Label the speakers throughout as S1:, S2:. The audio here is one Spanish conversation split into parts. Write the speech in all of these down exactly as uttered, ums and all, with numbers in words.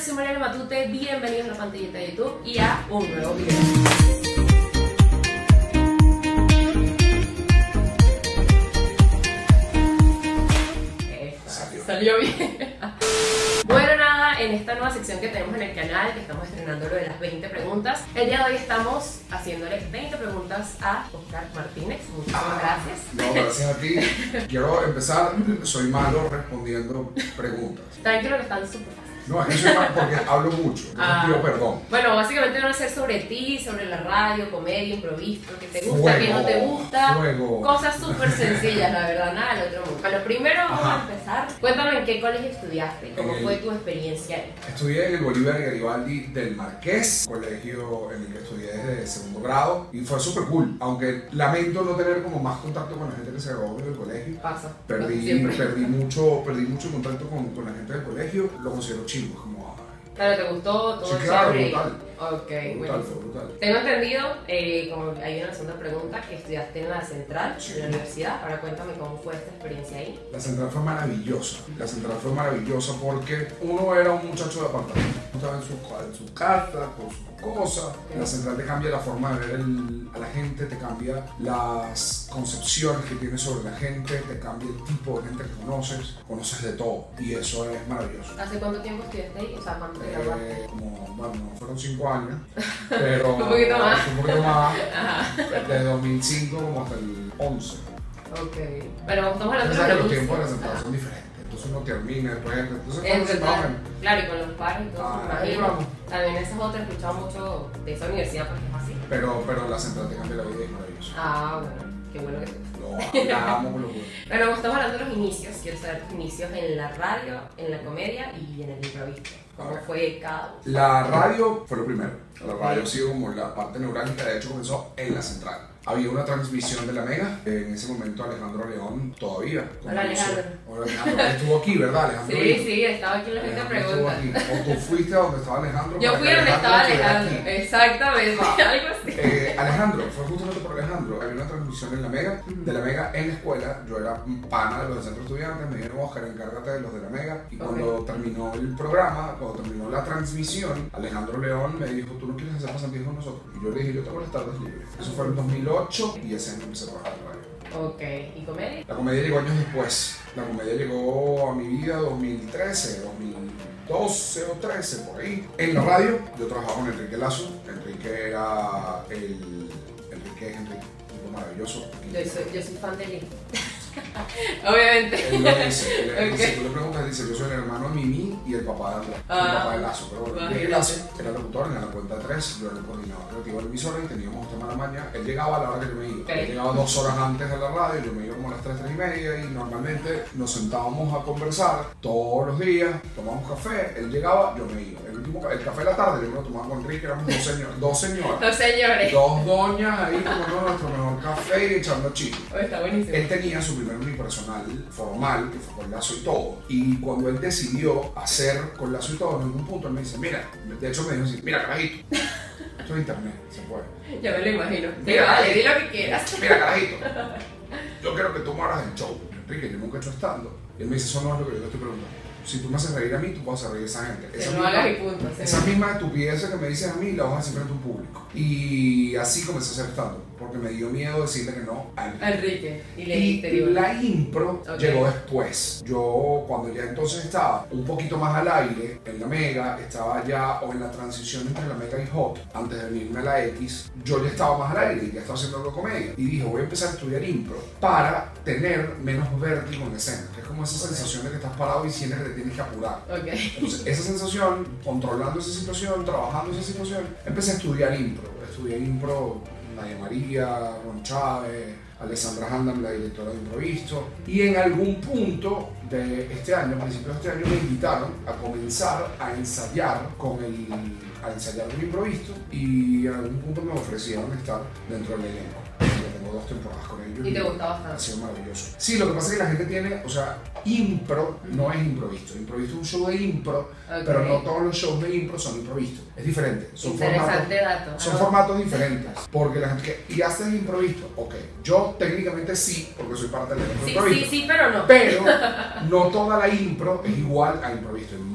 S1: soy Mariana Matute, bienvenidos a la pantallita de YouTube y a un nuevo video. Salió. Salió bien. Bueno, nada, en esta nueva sección que tenemos en el canal, que estamos estrenando lo de las veinte preguntas, el día de hoy estamos haciéndole veinte preguntas a Oscar Martínez. Muchísimas ah, gracias.
S2: No, gracias a ti. Quiero empezar, soy malo respondiendo preguntas.
S1: Tranquilo que están súper fáciles.
S2: No, es que soy malo porque hablo mucho,
S1: ah,
S2: pido perdón.
S1: Bueno, básicamente van a ser sobre ti, sobre la radio, comedia, improviso, que te gusta, fuego, que no te gusta.
S2: Fuego.
S1: Cosas súper sencillas, la verdad, nada del otro mundo. Bueno, primero vamos Ajá. a empezar. Cuéntame en qué colegio estudiaste, cómo el, fue tu experiencia ahí.
S2: Estudié en el Bolívar Garibaldi del Marqués, colegio en el que estudié desde segundo grado, y fue súper cool, aunque lamento no tener como más contacto con la gente que se graduó del colegio.
S1: Pasa.
S2: Perdí, perdí, mucho, perdí mucho contacto con, con la gente del colegio, lo considero chivo, como...
S1: Claro, ¿te gustó todo?
S2: Sí, claro, brutal.
S1: Ok,
S2: brutal, fue brutal.
S1: Tengo entendido, eh, como hay una segunda pregunta, que estudiaste en la Central, sí. en la universidad. Ahora cuéntame cómo fue esta experiencia ahí.
S2: La Central fue maravillosa. La Central fue maravillosa porque uno era un muchacho de apartamento. Estaba en su, en su carta, con sus cosas. Okay. La Central te cambia la forma de ver el, a la gente, te cambia las concepciones que tienes sobre la gente, te cambia el tipo de gente que conoces. Conoces de todo y eso es maravilloso.
S1: ¿Hace cuánto tiempo estudiaste ahí? O sea, ¿cuánto te graduaste?
S2: Eh, como, bueno, fueron cinco años, pero...
S1: un poquito más.
S2: Un poquito más. Desde dos mil cinco como hasta el once.
S1: Ok. Bueno, estamos hablando
S2: de los tiempos de la Central son diferentes. Entonces uno termina, después entonces
S1: es verdad. Claro, y con los pares y todo
S2: ah,
S1: eso, imagino. También esa es otra, he escuchado mucho de esa universidad porque es así.
S2: Pero, pero la Central te cambia la vida y es maravilloso.
S1: Ah, bueno, qué bueno que te gusta.
S2: No, la amo con locura.
S1: Bueno, estamos hablando de los inicios, quiero saber tus inicios en la radio, en la comedia y en el improviso. ¿Cómo fue cada uno?
S2: La radio fue lo primero. La radio ha sido como la parte neurálgica, de hecho comenzó en la Central. Había una transmisión de la Mega, en ese momento Alejandro León todavía.
S1: Hola Alejandro.
S2: Hola Alejandro, estuvo aquí, ¿verdad Alejandro?
S1: Sí, sí, estaba aquí en la gente pregunta.
S2: O tú fuiste a donde estaba Alejandro.
S1: Yo fui a donde estaba Alejandro, exactamente, ah, algo así.
S2: Eh, Alejandro, fue justamente por Alejandro. Había una transmisión en la Mega, de la Mega en la escuela. Yo era pana de los del centro de estudiantes, me dijeron Oscar, encárgate de los de la Mega. Y cuando okay. terminó el programa, cuando terminó la transmisión, Alejandro León me dijo, ¿tú no quieres hacer pasantías con nosotros? Y yo le dije, yo tengo las tardes libres. Eso fue en dos mil ocho y ese año empecé a trabajar en radio.
S1: Ok, ¿y comedia?
S2: La comedia llegó años después. La comedia llegó a mi vida dos mil trece, dos mil doce o trece, por ahí. En la radio yo trabajaba con Enrique Lazo. Enrique era el... Enrique es Enrique, un tipo maravilloso.
S1: Yo soy, yo soy fan de él. Obviamente.
S2: Él lo dice, él, okay. dice, tú le preguntas, dice, yo soy el hermano de Mimi y el papá de, ah, el papá de Lazo. Pero bueno, Enrique Lazo era locutor en la cuenta tres, yo era el coordinador creativo de la emisora y teníamos tema de la mañana. Él llegaba a la hora que yo me iba. Okay. Él llegaba dos horas antes de la radio, yo me iba como a las tres, tres y media y normalmente nos sentábamos a conversar todos los días, tomábamos café, él llegaba, yo me iba. El último el café de la tarde, yo me lo tomaba con Enrique, éramos dos señores. Dos señoras.
S1: Dos señores.
S2: Dos doñas ahí tomando nuestro mejor café y echando chistes.
S1: Oh, está buenísimo.
S2: Él tenía su primer unipersonal formal, que fue con Lazo y todo. Y cuando él decidió hacer con Lazo y todo, en algún punto él me dice, mira, de hecho me dijo así, mira carajito, esto es internet, se puede.
S1: Ya me lo imagino.
S2: Mira,
S1: vale, di lo que quieras.
S2: Mira carajito, yo quiero que tú me hagas el show. Enrique, yo nunca he hecho stand-up. Y él me dice, eso no es lo que yo te estoy preguntando. Si tú me haces reír a mí, tú vas a hacer reír a esa gente. Esa,
S1: no
S2: misma,
S1: hagas y punto,
S2: esa misma estupidez que me dices a mí, la vas a decir frente a un público. Y así comencé a hacer stand-up, porque me dio miedo decirle que no a Enrique.
S1: Enrique. Y, le
S2: y
S1: digo,
S2: la impro okay. llegó después. Yo, cuando ya entonces estaba un poquito más al aire, en la Mega, estaba ya, o en la transición entre la Mega y Hot, antes de venirme a la X, yo ya estaba más al aire y ya estaba haciendo algo de comedia. Y dije, voy a empezar a estudiar impro para tener menos vértigo en la escena. Que es como esa okay. sensación de que estás parado y sientes que te tienes que apurar.
S1: Okay.
S2: Entonces, esa sensación, controlando esa situación, trabajando esa situación, empecé a estudiar impro. Estudié impro, Nadia María, Ron Chávez, Alessandra Handam, la directora de Improvisto. Y en algún punto de este año, a principios de este año, me invitaron a comenzar a ensayar con el, a ensayar un Improvisto y en algún punto me ofrecieron estar dentro del elenco. Tengo dos temporadas con ellos.
S1: ¿Y te gustaba bastante?
S2: Ha sido maravilloso. Sí, lo que pasa es que la gente tiene, o sea, impro no es improvisto. Improvisto es un show de impro, okay. pero no todos los shows de impro son improvisto. Es diferente. Son
S1: Interesante
S2: formatos,
S1: dato.
S2: Son formatos diferentes. Porque la gente que, ¿y haces improvisto? Ok. Yo técnicamente sí, porque soy parte del elenco
S1: sí,
S2: improvisto.
S1: Sí, sí, pero no.
S2: Pero no toda la impro es igual a improvisto.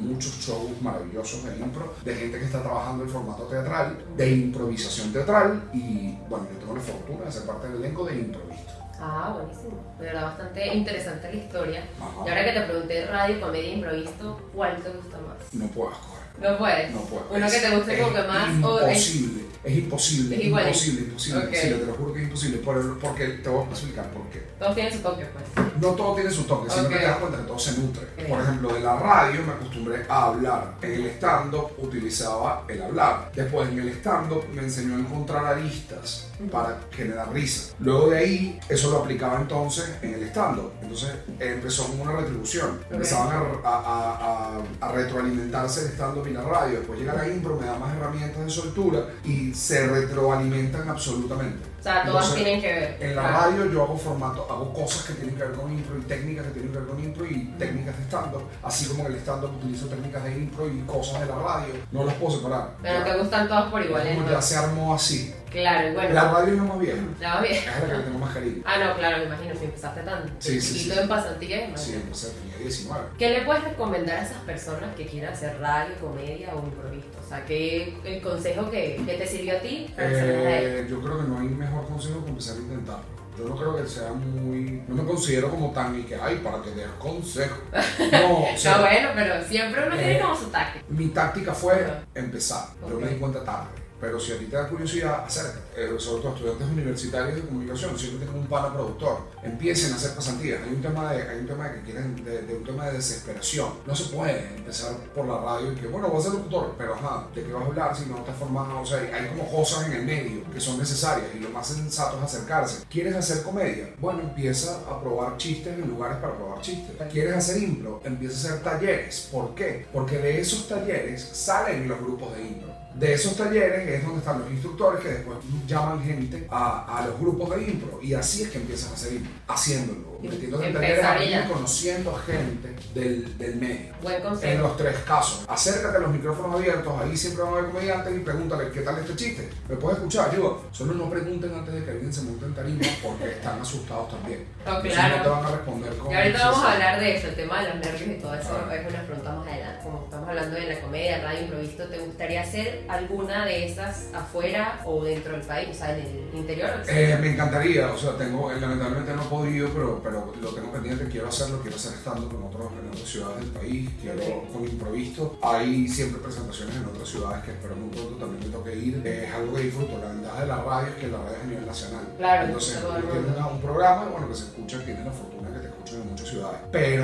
S2: muchos shows maravillosos de impro, de gente que está trabajando el formato teatral, de improvisación teatral, y bueno, yo tengo la fortuna de ser parte del elenco de Improvisto.
S1: Ah, buenísimo. De verdad, bastante interesante la historia.
S2: Ajá.
S1: Y ahora que te pregunté radio, comedia, improviso, ¿cuál te gusta más?
S2: No puedo escoger.
S1: No puedes.
S2: No puedo.
S1: Uno que te guste como que más.
S2: Imposible.
S1: O
S2: es imposible.
S1: Es
S2: Es
S1: igual.
S2: imposible, imposible.
S1: Okay.
S2: imposible, te lo juro que es imposible. Por- porque te voy a explicar por qué.
S1: todos tienen su toque, pues.
S2: No todo tiene su toque, sino
S1: Ok.
S2: que te das cuenta que todo se nutre.
S1: Ok.
S2: Por ejemplo, de la radio me acostumbré a hablar. En el stand-up utilizaba el hablar. Después en el stand-up me enseñó a encontrar aristas para generar risa. Luego de ahí, eso lo aplicaba entonces en el stand-up. Entonces eh, empezó como una retribución.
S1: Ok.
S2: Empezaban a, a- a- a- a retroalimentarse el stand-up y la radio. Después llega la impro, me da más herramientas de soltura y se retroalimentan absolutamente.
S1: O sea, todas
S2: Entonces,
S1: tienen que ver.
S2: En la
S1: Claro.
S2: radio yo hago formato, hago cosas que tienen que ver con impro y técnicas que tienen que ver con impro y técnicas de stand-up, así como en el stand-up utilizo técnicas de impro y cosas de la radio, no las puedo separar.
S1: Pero
S2: Ya-
S1: te gustan todas por igual,
S2: como ya
S1: entonces.
S2: se armó así.
S1: Claro, y bueno.
S2: La radio es la más vieja,
S1: La va bien.
S2: es a la que le tengo más cariño.
S1: Ah, no, claro, me imagino, si empezaste tan
S2: Sí, sí,
S1: chiquito
S2: sí.
S1: en pasantías, imagino.
S2: Sí, no sé, tenía diecinueve.
S1: ¿Qué le puedes recomendar a esas personas que quieran hacer radio, comedia o improviso? O sea, ¿qué el consejo que, que te sirvió a ti para hacer a ellos?
S2: Eh, yo creo que no hay mejor consejo que empezar a intentarlo. Yo no creo que sea muy... No me considero como tan y que, ay, para que des consejo. No, o sea,
S1: No, bueno, pero siempre uno
S2: eh,
S1: tiene como su táctica.
S2: mi táctica fue
S1: Ajá.
S2: empezar. Yo
S1: Ok.
S2: me di cuenta tarde. Pero si a ti te da curiosidad, acércate. Eh, sobre todo estudiantes universitarios de comunicación, siempre tengo un pana productor. Empiecen a hacer pasantías. Hay un tema de, hay un tema de que quieren, de, de un tema de desesperación. No se puede empezar por la radio y que, bueno, voy a ser locutor, pero ajá, ¿de qué vas a hablar si no estás formado? O sea, hay como cosas en el medio que son necesarias y lo más sensato es acercarse. ¿Quieres hacer comedia? Bueno, empieza a probar chistes en lugares para probar chistes. ¿Quieres hacer impro? Empieza a hacer talleres. ¿Por qué? Porque de esos talleres salen los grupos de impro. De esos talleres es donde están los instructores que después llaman gente a, a los grupos de impro y así es que empiezan a hacer impro, haciéndolo, metiéndote en talleres
S1: Empezar
S2: aquí,
S1: ya.
S2: conociendo a gente del, del medio.
S1: Buen
S2: En
S1: consejo.
S2: los tres casos, acércate a los micrófonos abiertos, ahí siempre van a haber comediantes y pregúntale qué tal este chiste. ¿Me puedes escuchar? Yo, solo no pregunten antes de que alguien se monte en tarima porque están asustados también.
S1: Oh,
S2: Entonces
S1: claro.
S2: no te van a responder con...
S1: Y ahorita vamos a
S2: sí, sí.
S1: hablar de eso, el tema de los nervios y todo eso,
S2: Ah.
S1: es una pregunta más adelante. Como estamos hablando de la comedia, radio, improviso, ¿te gustaría hacer alguna de esas afuera o dentro del país? O sea, en el interior o
S2: Eh, me encantaría, o sea, tengo, eh, lamentablemente no he podido, pero, pero lo tengo pendiente, quiero hacerlo, quiero hacer estando con otros, en otras ciudades del país, quiero
S1: Ok.
S2: con improvisto. Hay siempre presentaciones en otras ciudades que espero muy pronto también me toque ir. Eh, es algo que disfruto, la ventaja de la radio es que la radio es a nivel nacional.
S1: Claro,
S2: Entonces,
S1: todo el
S2: tienes
S1: mundo.
S2: una- un programa, bueno, que se escucha, tienes la fortuna que te escuchan en muchas ciudades.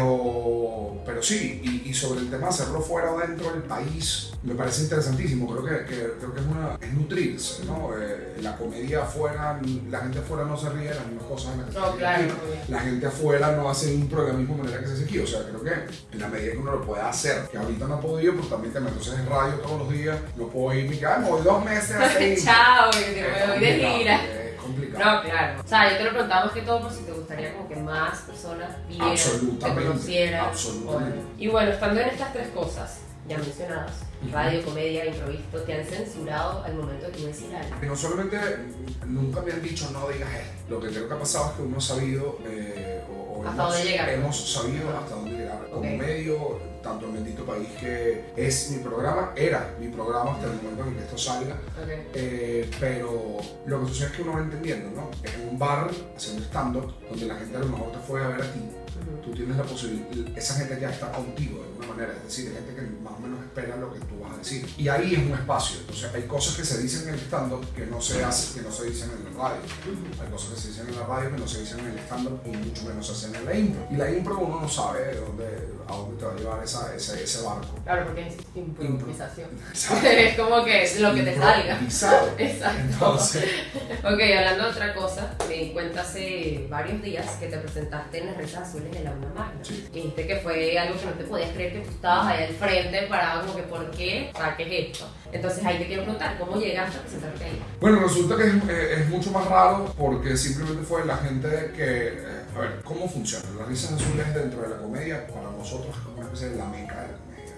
S2: Pero, pero sí, y, y sobre el tema de hacerlo fuera o dentro del país, me parece interesantísimo. Creo que, que, creo que es, una, es nutrirse, ¿no? Eh, la comedia afuera, la gente afuera no se ríe de las mismas cosas en las que se
S1: No,
S2: ríe
S1: claro.
S2: aquí. La gente afuera no hace impro de la misma manera que se hace aquí. O sea, creo que en la medida que uno lo puede hacer, que ahorita no he podido, pues también te meto en radio todos los días, no puedo ir, mi cara, me voy dos meses a hacer impro.
S1: Chao, y me
S2: Es
S1: voy de
S2: complicado,
S1: gira.
S2: Es complicado.
S1: No, claro. O sea, yo te lo preguntaba más que todo por si te gustaría como que más personas vieran, te
S2: Absolutamente,
S1: conocieran.
S2: absolutamente.
S1: Bueno. Y bueno, estando en estas tres cosas ya mencionadas,
S2: Ujú.
S1: radio, comedia, improviso, ¿te han censurado al momento de tú decir algo?
S2: Y no solamente nunca me han dicho no digas esto, lo que creo que ha pasado es que uno ha sabido eh, o, o
S1: ¿Hasta
S2: hemos,
S1: dónde llegar?
S2: hemos sabido hasta dónde llegar como
S1: Ok.
S2: medio, tanto en Bendito País que es mi programa, era mi programa hasta el momento en que esto salga,
S1: Ok.
S2: eh, pero lo que sucede es que uno va entendiendo, ¿no? En un bar haciendo stand-up donde la gente a lo mejor te fue a ver a ti,
S1: Ujú.
S2: tú tienes la posibilidad, esa gente ya está contigo de alguna manera, es decir, hay gente que más o menos espera lo que tú vas a decir. Y ahí es un espacio, entonces hay cosas que se dicen en el stand-up que no se hacen, que no se dicen en la radio. Hay cosas que se dicen en la radio que no se dicen en el stand-up y mucho menos se hacen en la impro. Y la impro uno no sabe de dónde, a dónde te va a llevar esa, ese, ese barco.
S1: Claro, porque es improvisación.
S2: Exacto.
S1: Es como que es lo que te salga.
S2: Improvisado.
S1: Exacto.
S2: Entonces,
S1: Ok, hablando de otra cosa, me di cuenta hace varios días que te presentaste en las risas azules de la Una Magna.
S2: Sí.
S1: Y dijiste que fue algo que no te podías creer que tú estabas ahí al frente, parado como que ¿por qué? O sea, ¿qué es esto? Entonces ahí te quiero preguntar, ¿cómo llegaste a presentarte ahí?
S2: bueno, resulta que es, eh, es mucho más raro porque simplemente fue la gente que, eh, a ver, ¿cómo funciona? Las risas azules dentro de la comedia, para nosotros es como una especie de la meca de la comedia.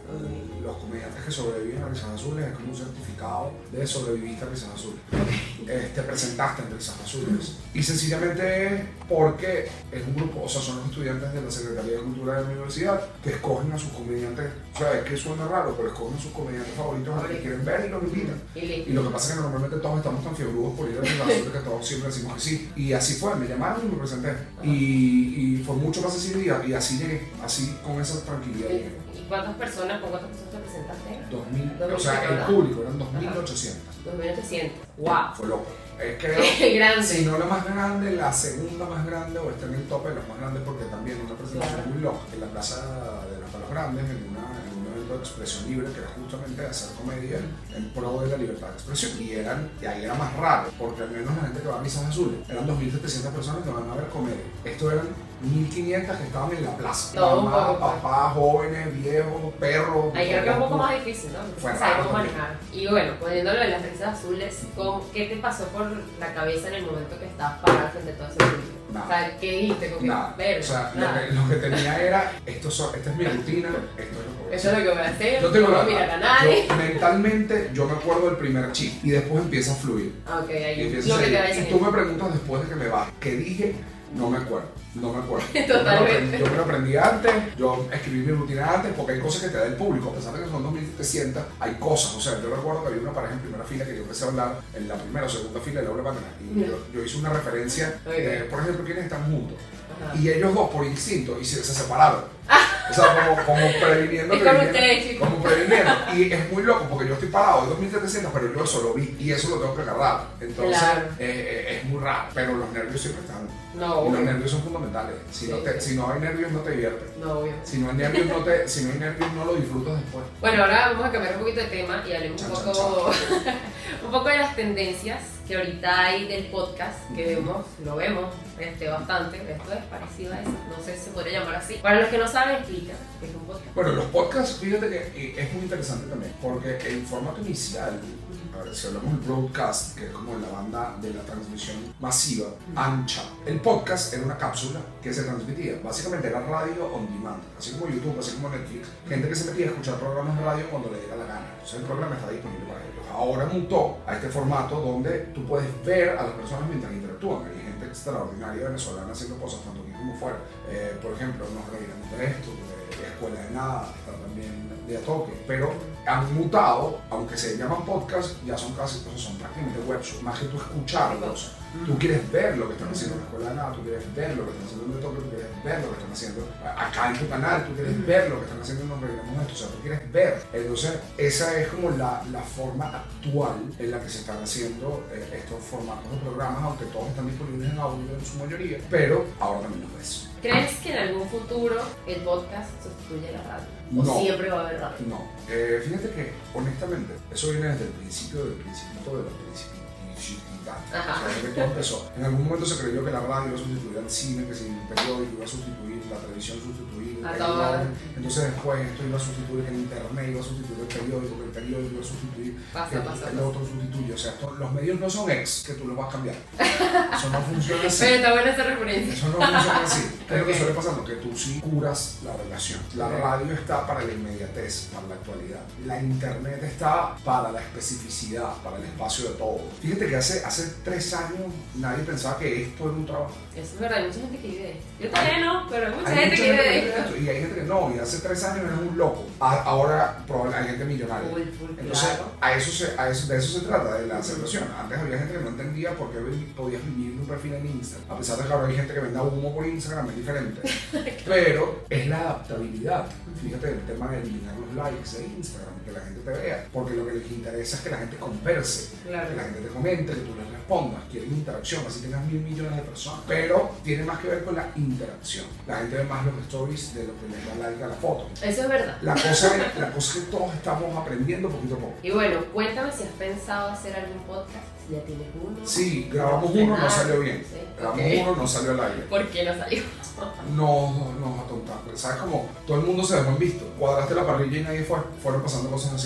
S2: Uh, los comediantes que sobreviven a Risas Azules es como un certificado de sobreviviste a Risas Azules. Eh, te presentaste en Risas Azules. Y sencillamente es porque es un grupo, o sea, son los estudiantes de la Secretaría de Cultura de la universidad que escogen a sus comediantes, o sea, es que suena raro, pero escogen a sus comediantes favoritos a los que quieren ver y los invitan. Y lo que pasa es que normalmente todos estamos tan fiebrudos por ir a Risas Azules que todos siempre decimos que sí. Y así fue, me llamaron y me presenté. Y, y fue mucho más así día y así llegué, así con esa tranquilidad.
S1: ¿Y cuántas personas, con cuántas personas te presentaste?
S2: dos mil, o sea, el público eran dos mil ochocientos.
S1: dos mil ochocientos, wow.
S2: Fue loco. Es que,
S1: grande.
S2: Si no la más grande, la segunda más grande o está en el tope de las más grandes porque también una presentación claro. muy loca en la Plaza de las Palos Grandes, en, una, en un evento de expresión libre que era justamente hacer comedia en pro de la libertad de expresión. Y, eran, y ahí era más raro porque al menos la gente que va a Risas Azules eran dos mil setecientas personas que van a ver comedia. Esto eran mil quinientas que estaban en la plaza.
S1: No,
S2: mamá,
S1: no,
S2: papá, jóvenes, viejos, perros.
S1: Ahí creo que es un poco más difícil, ¿no?
S2: Fue
S1: sabemos manejar. Y bueno, poniéndolo de las Risas Azules, ¿con ¿qué te pasó por la cabeza en el momento que estabas parado frente a todo ese público?
S2: Nada.
S1: O sea, ¿qué dijiste? ¿Con qué
S2: Nada.
S1: ver?
S2: O sea,
S1: Nada.
S2: Lo, que, lo que tenía era, esto so, esta es mi rutina, esto es lo que voy a
S1: Eso es lo que voy a hacer,
S2: yo tengo
S1: no
S2: la,
S1: voy a mirar a nadie.
S2: Yo, mentalmente, yo me acuerdo del primer chip y después empieza a fluir.
S1: Ah, ok, ahí
S2: y
S1: lo que te va a
S2: y
S1: decir.
S2: tú me preguntas después de que me vas, ¿qué dije? No me acuerdo, no me acuerdo.
S1: Totalmente.
S2: Yo me, lo aprendí, yo me lo aprendí antes, yo escribí mi rutina antes, porque hay cosas que te da el público, a pesar de que son dos mil setecientos, hay cosas, o sea, yo recuerdo que había una pareja en primera fila que yo empecé a hablar en la primera o segunda fila de la obra patronal, y yo, yo hice una referencia,
S1: okay.
S2: eh, por ejemplo, ¿quiénes están juntos?
S1: Ajá.
S2: Y ellos dos, por instinto, y se, se separaron. O sea, como, como previniendo,
S1: es
S2: previniendo,
S1: como ustedes, chicos.
S2: como previniendo. Y es muy loco porque yo estoy parado de dos mil setecientos, pero yo eso lo vi y eso lo tengo que agarrar. Entonces,
S1: claro.
S2: eh, eh, es muy raro, pero los nervios siempre están.
S1: No,
S2: y los nervios son fundamentales. Si,
S1: sí,
S2: no te,
S1: sí.
S2: si no hay nervios, no te diviertes.
S1: No, obvio.
S2: Si no hay nervios, no, te, si no, hay nervios, no lo disfrutas después.
S1: Bueno, ahora vamos a cambiar un poquito de tema y hablemos
S2: Chan,
S1: un
S2: chan,
S1: poco, un poco de las tendencias que ahorita hay del podcast, que vemos, lo vemos este, bastante. Esto es parecido a eso, no sé si se podría llamar así. Para los que no saben, explica qué es un podcast.
S2: Bueno, los podcasts, fíjate que es muy interesante también, porque el formato inicial, a ver, si hablamos del broadcast, que es como la banda de la transmisión masiva, ancha, el podcast era una cápsula que se transmitía, básicamente era radio on demand, así como YouTube, así como Netflix, gente que se metía a escuchar programas de radio cuando le diera la gana, entonces el programa está disponible para ellos. Ahora mutó a este formato donde tú puedes ver a las personas mientras interactúan. Hay gente extraordinaria venezolana haciendo cosas tanto aquí como fuera. Eh, por ejemplo, nos reiremos de esto, de Escuela de Nada, está también de A Toque, pero han mutado, aunque se llaman podcast, ya son casi, o sea, son prácticamente web shows, más que tú escucharlos. Tú quieres ver lo que están haciendo en la Escuela de Nada, tú quieres ver lo que están haciendo en De Toque, tú quieres ver lo que están haciendo acá en tu canal, tú quieres ver lo que están haciendo en Nos Reiremos de Esto, o sea, tú quieres ver. Entonces, esa es como la, la forma actual en la que se están haciendo eh, estos formatos de programas, aunque todos están disponibles en audio en su mayoría, pero ahora también los ves.
S1: ¿Crees que en algún futuro el podcast sustituye la radio? ¿O
S2: No,
S1: siempre va a haber radio?
S2: No, eh, fíjate que honestamente, eso viene desde el principio del principito de los principios.
S1: Ajá.
S2: O sea, que todo empezó. En algún momento se creyó que la radio iba a sustituir al cine, que si el periódico iba a sustituir, la televisión sustituir,
S1: a
S2: el
S1: todo.
S2: Entonces después esto iba a sustituir el internet, iba a sustituir el periódico, que el periódico iba a sustituir
S1: pasa,
S2: que
S1: pasa,
S2: el
S1: pasa.
S2: otro sustituye. O sea, esto, los medios no son ex que tú los vas a cambiar. Eso no funciona así.
S1: Pero está buena esa referencia.
S2: Eso no funciona así. ¿Qué es lo que
S1: Okay.
S2: suele pasando? Que tú sí curas la relación. La
S1: Okay.
S2: radio está para la inmediatez, para la actualidad. La internet está para la especificidad, para el espacio de todo. Fíjate que hace, hace tres años nadie pensaba que esto era un trabajo.
S1: Eso es verdad, hay mucha gente que vive de esto. Yo todavía no, pero hay mucha
S2: Hay
S1: gente
S2: mucha
S1: que vive de
S2: vive
S1: esto.
S2: esto, y hay gente que no, y hace tres años era un loco. A- ahora probablemente hay gente millonaria.
S1: Full, full,
S2: Entonces,
S1: claro.
S2: a eso se, a eso, de eso se trata, de la aceptación. Antes había gente que no entendía por qué vi- podías vivir de un perfil en Instagram. A pesar de que ahora hay gente que venda humo por Instagram, es diferente. Pero es la adaptabilidad. Fíjate el tema de eliminar los likes de Instagram, que la gente te vea. Porque lo que les interesa es que la gente converse,
S1: Claro.
S2: que la gente te comente, que tú les respondas. Quieren interacción, así tengas mil millones de personas. Pero tiene más que ver con la interacción. La gente ve más los stories de lo que les da like a la foto.
S1: Eso es verdad.
S2: La cosa, es, la cosa es que todos estamos aprendiendo poquito a poco.
S1: Y bueno, cuéntame si has pensado hacer algún podcast, si ya tienes uno.
S2: Sí, grabamos uno, no salió bien.
S1: Sí,
S2: Grabamos
S1: okay.
S2: uno, no salió al aire.
S1: ¿Por qué no salió?
S2: No, no, no, tonta. ¿Sabes cómo? Todo el mundo se dejó en visto. Cuadraste la parrilla y nadie fue. Fueron pasando cosas así. Y,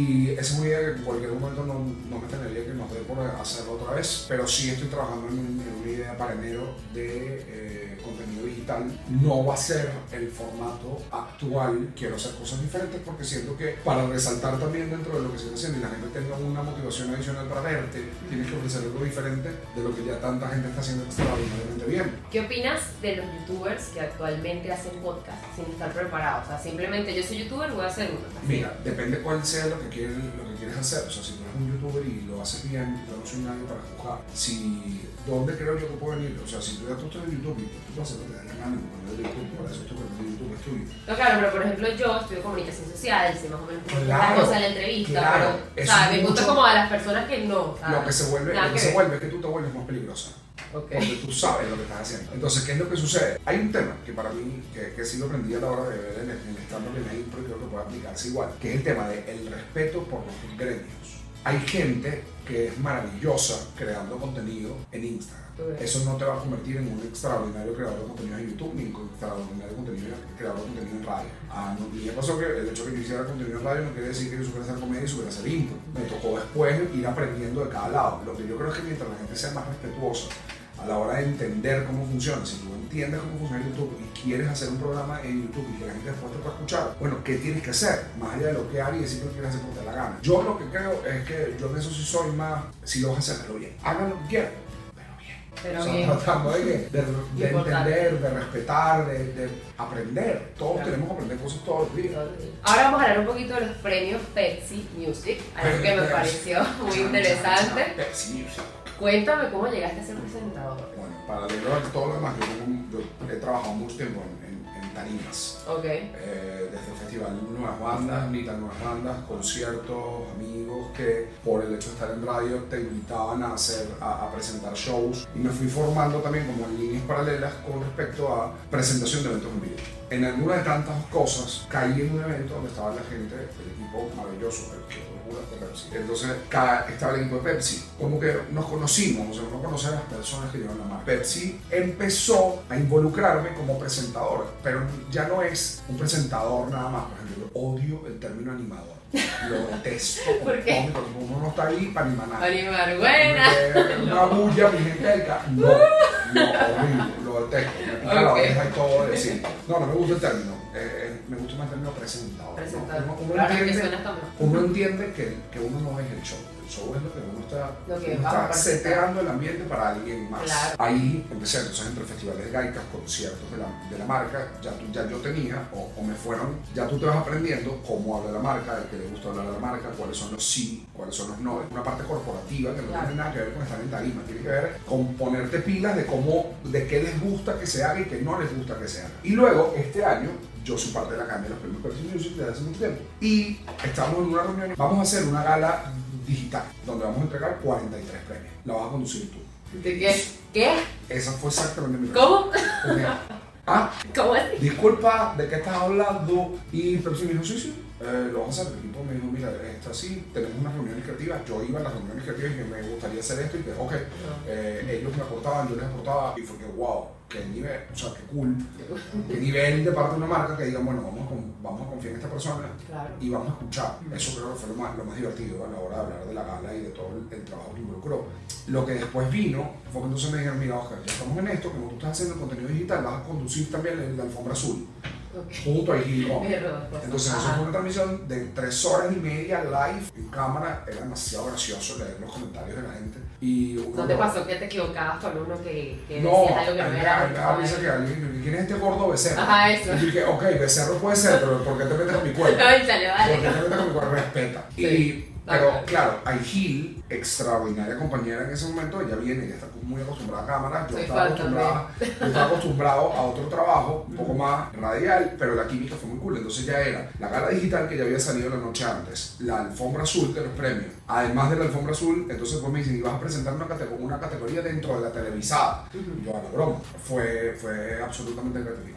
S2: Y esa es una idea que en cualquier momento no, no me tendría que nos dé por hacerlo otra vez, pero sí estoy trabajando en, un, en una idea para enero de eh, contenido digital. No va a ser el formato actual, quiero hacer cosas diferentes porque siento que para resaltar también dentro de lo que se está haciendo y la gente tenga una motivación adicional para verte, tienes que ofrecer algo diferente de lo que ya tanta gente está haciendo extraordinariamente bien.
S1: ¿Qué opinas de los youtubers que actualmente hacen podcast sin estar preparados? O sea, simplemente yo soy youtuber, voy a hacer uno. Así.
S2: Mira, depende cuál sea lo que, quieres, lo que quieres hacer. O sea, si tú eres un youtuber y lo haces bien, yo no soy nadie para juzgar. Si, ¿dónde creo yo que puedo venir? O sea, si tú ya tú estás en YouTube y tú vas a hacer lo que te da la gana, no de YouTube, por eso tu canal de YouTube es tuyo.
S1: No, claro, pero por ejemplo yo estudio comunicación social, sé más o menos cómo
S2: Claro,
S1: la cosa en la entrevista,
S2: claro,
S1: pero,
S2: eso
S1: o sea,
S2: es
S1: me gusta
S2: mucho-
S1: como a las personas que no. o sea,
S2: Lo que se vuelve,
S1: nada
S2: lo que
S1: que
S2: se
S1: ver.
S2: vuelve es que tú te vuelves más peligrosa.
S1: Ok.
S2: Porque tú sabes lo que estás haciendo. Entonces, ¿qué es lo que sucede? Hay un tema que para mí, que, que sí lo aprendí a la hora de ver en el, en el stand-up en la impro y creo que puede aplicarse igual, que es el tema del respeto por los gremios. Hay gente que es maravillosa creando contenido en Instagram.
S1: Ok.
S2: Eso no te va a convertir en un extraordinario creador de contenido en YouTube ni en un extraordinario contenido, creador de contenido en radio. Ah, no, y me pasó que el hecho de que yo hiciera contenido en radio no quiere decir que yo supiera hacer comedia y supiera hacer impro. Me tocó después ir aprendiendo de cada lado. Lo que yo creo es que mientras la gente sea más respetuosa a la hora de entender cómo funciona, si tú entiendes cómo funciona YouTube y quieres hacer un programa en YouTube y que la gente después te pueda escuchar, bueno, ¿qué tienes que hacer? Más allá de lo que hagas y decir lo que quieres hacer porque te da la gana. Yo lo que creo es que yo en eso sí soy más, si lo vas a hacer, hazlo bien. Hagan lo que quieran, pero bien.
S1: Pero
S2: O sea,
S1: bien.
S2: tratando de, de, de
S1: Importante.
S2: entender, de respetar, de, de aprender. Todos
S1: Claro.
S2: tenemos que aprender cosas todos los días.
S1: Ahora vamos a hablar un poquito de los premios Pepsi Music, algo que me pareció muy interesante.
S2: Pepsi Music.
S1: Cuéntame cómo llegaste a ser presentador.
S2: Bueno, paralelo a todo lo demás, yo, tengo- yo he trabajado mucho tiempo en, en, en tarimas.
S1: Ok.
S2: Eh, desde el festival Nuevas Bandas, ni tan Nuevas Bandas, conciertos, amigos que por el hecho de estar en radio te invitaban a, hacer, a, a presentar shows y me fui formando también como en líneas paralelas con respecto a presentación de eventos en vivo. En alguna de tantas cosas caí en un evento donde estaba la gente, el equipo maravilloso, el equipo de Pepsi. Entonces ca- estaba el equipo de Pepsi. Como que nos conocimos, o sea, no conocía a las personas que llevan la marca. Pepsi empezó a involucrarme como presentador, pero ya no es un presentador nada más. Por ejemplo, yo odio el término animador. Lo detesto.
S1: ¿Por qué?
S2: como cómico, como uno no está ahí para animar nada.
S1: Animar, buena.
S2: Me- Una bulla, mi gente del ca- No, no, horrible, lo detesto. Me pica la
S1: Ok.
S2: oreja y todo de decir. No, no me gusta el término. Eh, me gusta más el término presentador. ¿no?
S1: Presentador.
S2: Uno, uno
S1: Claro, que
S2: entiende,
S1: suena también.
S2: uno entiende que, que uno no es el show. El show es lo que uno está,
S1: Lo que
S2: uno
S1: va a
S2: está
S1: participar.
S2: seteando el ambiente para alguien más.
S1: Claro.
S2: Ahí empecé entonces entre festivales de gaitas, conciertos de la, de la marca, ya, tú, ya yo tenía o, o me fueron, ya tú te vas aprendiendo cómo habla la marca, el que le gusta hablar a la marca, cuáles son los sí, cuáles son los no. Es una parte corporativa que no
S1: Claro.
S2: tiene nada que ver con estar en tarima, tiene que ver con ponerte pilas de cómo, de qué les gusta que se haga y qué no les gusta que se haga. Y luego, este año, yo soy parte de la academia de los premios Pepsi Music desde hace mucho tiempo. Y estamos en una reunión, vamos a hacer una gala digital, donde vamos a entregar cuarenta y tres premios. La vas a conducir tú.
S1: ¿De qué? ¿Qué?
S2: Esa fue exactamente mi
S1: ¿Cómo?
S2: respuesta. Ah,
S1: ¿Cómo así?
S2: disculpa, ¿de qué estás hablando? Y Pepsi me dijo, sí, sí, eh, lo vamos a hacer. El equipo me dijo, mira, está así, tenemos unas reuniones creativas. Yo iba a las reuniones creativas y que me gustaría hacer esto y que, ok, eh, ellos me aportaban, yo les aportaba y fue que, wow, qué nivel, o sea, qué cool, qué nivel de parte de una marca que digan, bueno, vamos a, con- vamos a confiar en esta persona
S1: Claro.
S2: y vamos a escuchar. Eso creo que fue lo más, lo más divertido a la hora de hablar de la gala y de todo el, el trabajo que involucró. Lo que después vino fue que entonces me dijeron, mira, Oscar, ya estamos en esto, como tú estás haciendo el contenido digital, vas a conducir también el- la alfombra azul,
S1: Ok.
S2: junto a Gil Gómez.
S1: Mi error, pues.
S2: Entonces eso
S1: Ajá.
S2: fue una transmisión de tres horas y media live en cámara. Era demasiado gracioso leer los comentarios de la gente. Y uno
S1: ¿No te
S2: lo-
S1: pasó que te equivocabas con uno que, que
S2: No,
S1: decías algo que
S2: a
S1: no
S2: mí me
S1: era?
S2: da- me da risa que alguien, ¿quién es este gordo becerro?
S1: Ajá, eso.
S2: Y yo dije, ok, becerro puede ser, pero ¿por qué te metes en mi cuerpo?
S1: Ay, sale,
S2: ¿Por qué
S1: vale.
S2: te metes en mi cuerpo? Respeta.
S1: Sí.
S2: Y, pero
S1: Ajá.
S2: claro, hay Gil, extraordinaria compañera en ese momento, ella viene, ella está muy acostumbrada a cámara, yo
S1: Soy
S2: estaba,
S1: fan
S2: acostumbrada, yo estaba acostumbrado a otro trabajo, un poco más radial, pero la química fue muy cool. Entonces ya era la gala digital que ya había salido la noche antes, la alfombra azul de los premios, además de la alfombra azul, entonces pues me dicen, y vas a presentar una, categ- una categoría dentro de la televisada. Y yo, a la broma, fue, fue absolutamente gratificante.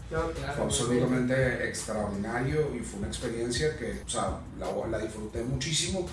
S1: No, claro,
S2: fue absolutamente extraordinario y fue una experiencia que, o sea, la, la disfruté muchísimo.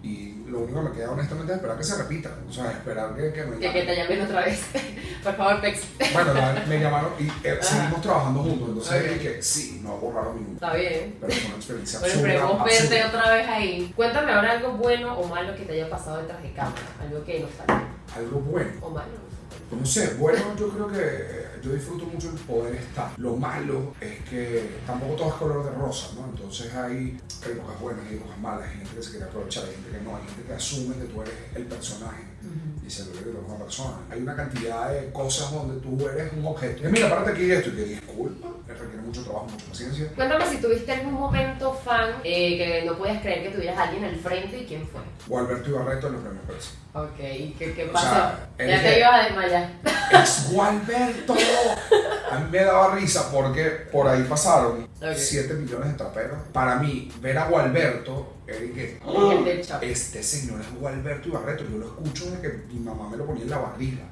S2: Y lo único que me queda honestamente es esperar que se repita, o sea, esperar que, que me
S1: que, que te llamen otra vez. Por favor, Pex.
S2: Bueno, la, me llamaron y eh, seguimos trabajando juntos, entonces
S1: Okay.
S2: dije, sí, no borraron mi número.
S1: Está bien.
S2: Pero fue una experiencia
S1: Bueno,
S2: absurda,
S1: esperemos verte
S2: absurda.
S1: otra vez ahí. Cuéntame ahora algo bueno o malo que te haya pasado detrás de cámara. Algo que no salió.
S2: Algo bueno.
S1: O malo.
S2: No sé, bueno, yo creo que yo disfruto mucho el poder estar. Lo malo es que tampoco todo es color de rosa, ¿no? Entonces hay, hay cosas buenas, hay cosas malas, hay gente que se quiere aprovechar, hay gente que no, hay gente que asume que tú eres el personaje uh-huh. y se lo que tú eres una persona. Hay una cantidad de cosas donde tú eres un objeto. Y mira, párate aquí esto y que disculpa, que requiere mucho trabajo, mucha paciencia.
S1: Cuéntame si tuviste algún momento fan eh, que no podías creer que tuvieras a alguien al frente y quién fue.
S2: Gualberto Ibarreto en los premios Pepsi.
S1: Ok, ¿y qué, qué
S2: O
S1: pasó?
S2: sea,
S1: Ya te ibas a desmayar.
S2: ¡Es Gualberto! A mí me daba risa porque por ahí pasaron
S1: Okay.
S2: siete millones de traperos. Para mí, ver a Gualberto era que
S1: El del Chapo.
S2: este señor es Gualberto Ibarreto. Yo lo escucho desde que mi mamá me lo ponía en la barriga.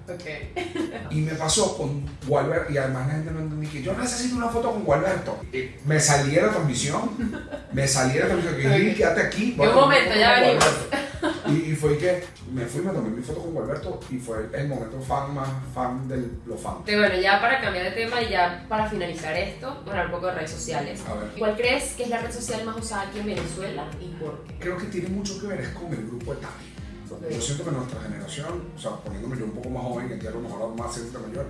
S1: Ok.
S2: Y me pasó con Gualberto, y además la gente no entendía que yo necesito una foto con Gualberto. Y me salí de la transmisión, me salí de la transmisión, que
S1: Okay.
S2: dije, quédate aquí.
S1: Un momento, ya venimos.
S2: Y, y fue que me fui, me tomé mi foto con Gualberto y fue el momento fan más fan de los fans.
S1: Sí, bueno, ya para cambiar de tema y ya para finalizar esto, vamos a hablar un poco de redes sociales.
S2: A ver.
S1: ¿Cuál crees que es la red social más usada aquí en Venezuela y por qué?
S2: Creo que tiene mucho que ver es con el grupo etario.
S1: Okay.
S2: Yo siento que nuestra generación, o sea, poniéndome yo un poco más joven, que entiendo a lo mejor más siento mayor,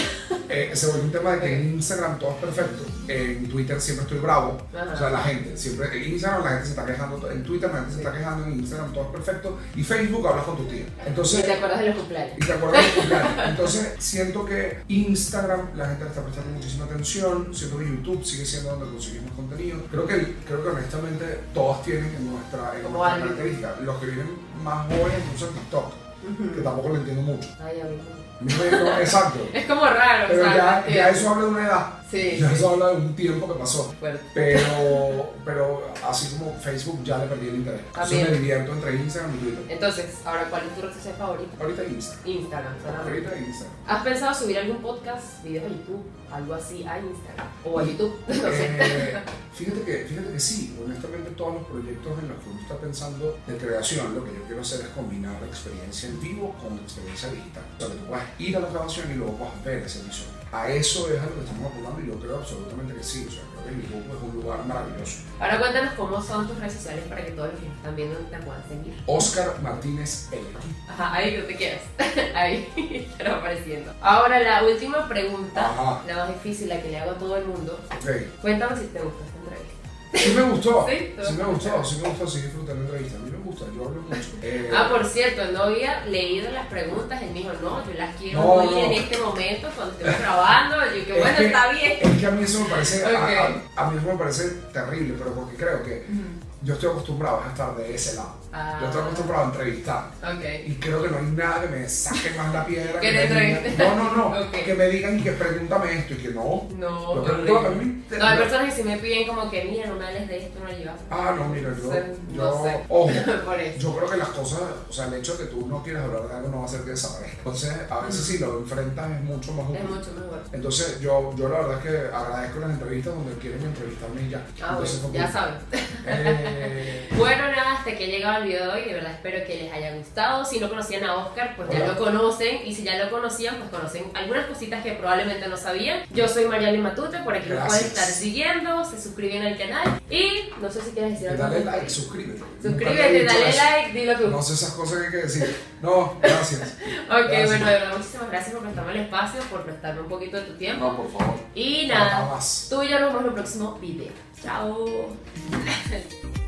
S2: eh, se vuelve un tema de que en Instagram todo es perfecto, en Twitter siempre estoy bravo,
S1: Ajá.
S2: o sea, la gente, siempre en Instagram la gente se está quejando, en Twitter la gente se
S1: Sí.
S2: está quejando, en Instagram todo es perfecto, y Facebook hablas con tu tía. Entonces,
S1: ¿Y te acuerdas de los cumpleaños?
S2: y te acuerdas de cumpleaños. Entonces, siento que Instagram la gente le está prestando muchísima atención, siento que YouTube sigue siendo donde conseguimos contenido. Creo que, creo que honestamente todas tienen en nuestra, en
S1: Como
S2: nuestra
S1: algo.
S2: característica. Los que vienen más jóvenes usan TikTok,
S1: Uh-huh.
S2: que tampoco lo entiendo mucho.
S1: Ay, a mí
S2: No, exacto.
S1: no. Es como raro,
S2: Pero
S1: o sea,
S2: ya,
S1: no
S2: ya
S1: entiendo.
S2: eso habla de una edad.
S1: Sí,
S2: Ya
S1: sí.
S2: eso habla de un tiempo que pasó.
S1: Fuerte.
S2: Pero, pero así como Facebook ya le perdí el interés. Entonces
S1: También.
S2: me divierto entre Instagram y Twitter.
S1: Entonces, ahora, ¿cuál es tu red social favorita?
S2: Ahorita Instagram.
S1: Instagram, solamente.
S2: Ahorita Instagram.
S1: ¿Has pensado subir algún podcast, videos a YouTube, algo así a Instagram? O a YouTube, no sé.
S2: Eh, fíjate, que, fíjate que sí, honestamente todos los proyectos en los que uno está pensando de creación, lo que yo quiero hacer es combinar la experiencia en vivo con la experiencia digital. O sea, que tú puedas ir a la grabación y luego puedas ver esa emisión. A eso es a lo que estamos apuntando y yo creo absolutamente que sí. O sea, creo que YouTube es un lugar maravilloso.
S1: Ahora cuéntanos cómo son tus redes sociales para que todos los que nos están viendo te puedan seguir.
S2: Oscar Martínez L.
S1: Ajá, ahí tú te quieras. Ahí estará apareciendo. Ahora la última pregunta,
S2: Ajá.
S1: la más difícil, la que le hago a todo el mundo.
S2: Ok.
S1: Cuéntame si te gustó esta entrevista.
S2: Sí me gustó,
S1: Sí,
S2: sí me gustó, sí me gustó, sí disfruté la entrevista. A mí me gusta, yo hablo mucho. Eh,
S1: Ah, por cierto, no había leído las preguntas, él me dijo, no, yo las quiero
S2: No,
S1: muy
S2: no.
S1: en este momento, cuando estemos grabando, yo que
S2: Es
S1: bueno,
S2: que-
S1: está bien.
S2: Es que a mí eso me parece, a-
S1: Ok.
S2: a, a mí eso me parece terrible, pero porque creo que yo estoy acostumbrado a estar de ese lado.
S1: Ah.
S2: Yo estoy acostumbrado a entrevistar.
S1: Ok.
S2: Y creo que no hay nada que me saque más la piedra.
S1: Que
S2: me
S1: te
S2: digan-
S1: entrevisten.
S2: No, no, no.
S1: Ok.
S2: Que me digan y que pregúntame esto y que no.
S1: No,
S2: Yo
S1: qué
S2: pregunto lo que a
S1: horrible.
S2: mí me
S1: No, hay personas que sí me piden como que, mira, no me hables de esto, no llevas.
S2: Ah, no, mira, yo,
S1: No
S2: yo
S1: sé.
S2: ojo,
S1: Por eso.
S2: yo creo que las cosas, o sea, el hecho de que tú no quieras hablar de algo no va a hacer que desaparezca. Entonces, a veces si lo enfrentas es mucho más
S1: Es
S2: útil.
S1: mucho mejor.
S2: Entonces, yo, yo la verdad es que agradezco las entrevistas donde quieren entrevistarme y ya.
S1: Ah,
S2: Entonces,
S1: bueno,
S2: fue
S1: ya
S2: cool.
S1: saben.
S2: Eh,
S1: Bueno, nada, hasta que he llegado al video de hoy, de verdad espero que les haya gustado. Si no conocían a Oscar, pues ya
S2: Hola.
S1: lo conocen. Y si ya lo conocían, pues conocen algunas cositas que probablemente no sabían. Yo soy Mariana Matute, por aquí me pueden
S2: Gracias.
S1: estar siguiendo, se suscriben al canal. Y no sé si quieres decir algo.
S2: dale
S1: más.
S2: like, suscríbete. Nunca te he
S1: Suscríbete,
S2: dicho
S1: dale
S2: eso.
S1: like, dilo tú.
S2: No sé esas cosas que hay que decir. No, gracias.
S1: Ok,
S2: Gracias.
S1: bueno, de verdad, muchísimas gracias por prestarme el espacio, por prestarme un poquito de tu tiempo.
S2: No, por favor.
S1: Y
S2: Nada
S1: nada,
S2: más.
S1: tú y yo nos vemos en el próximo video. Chao.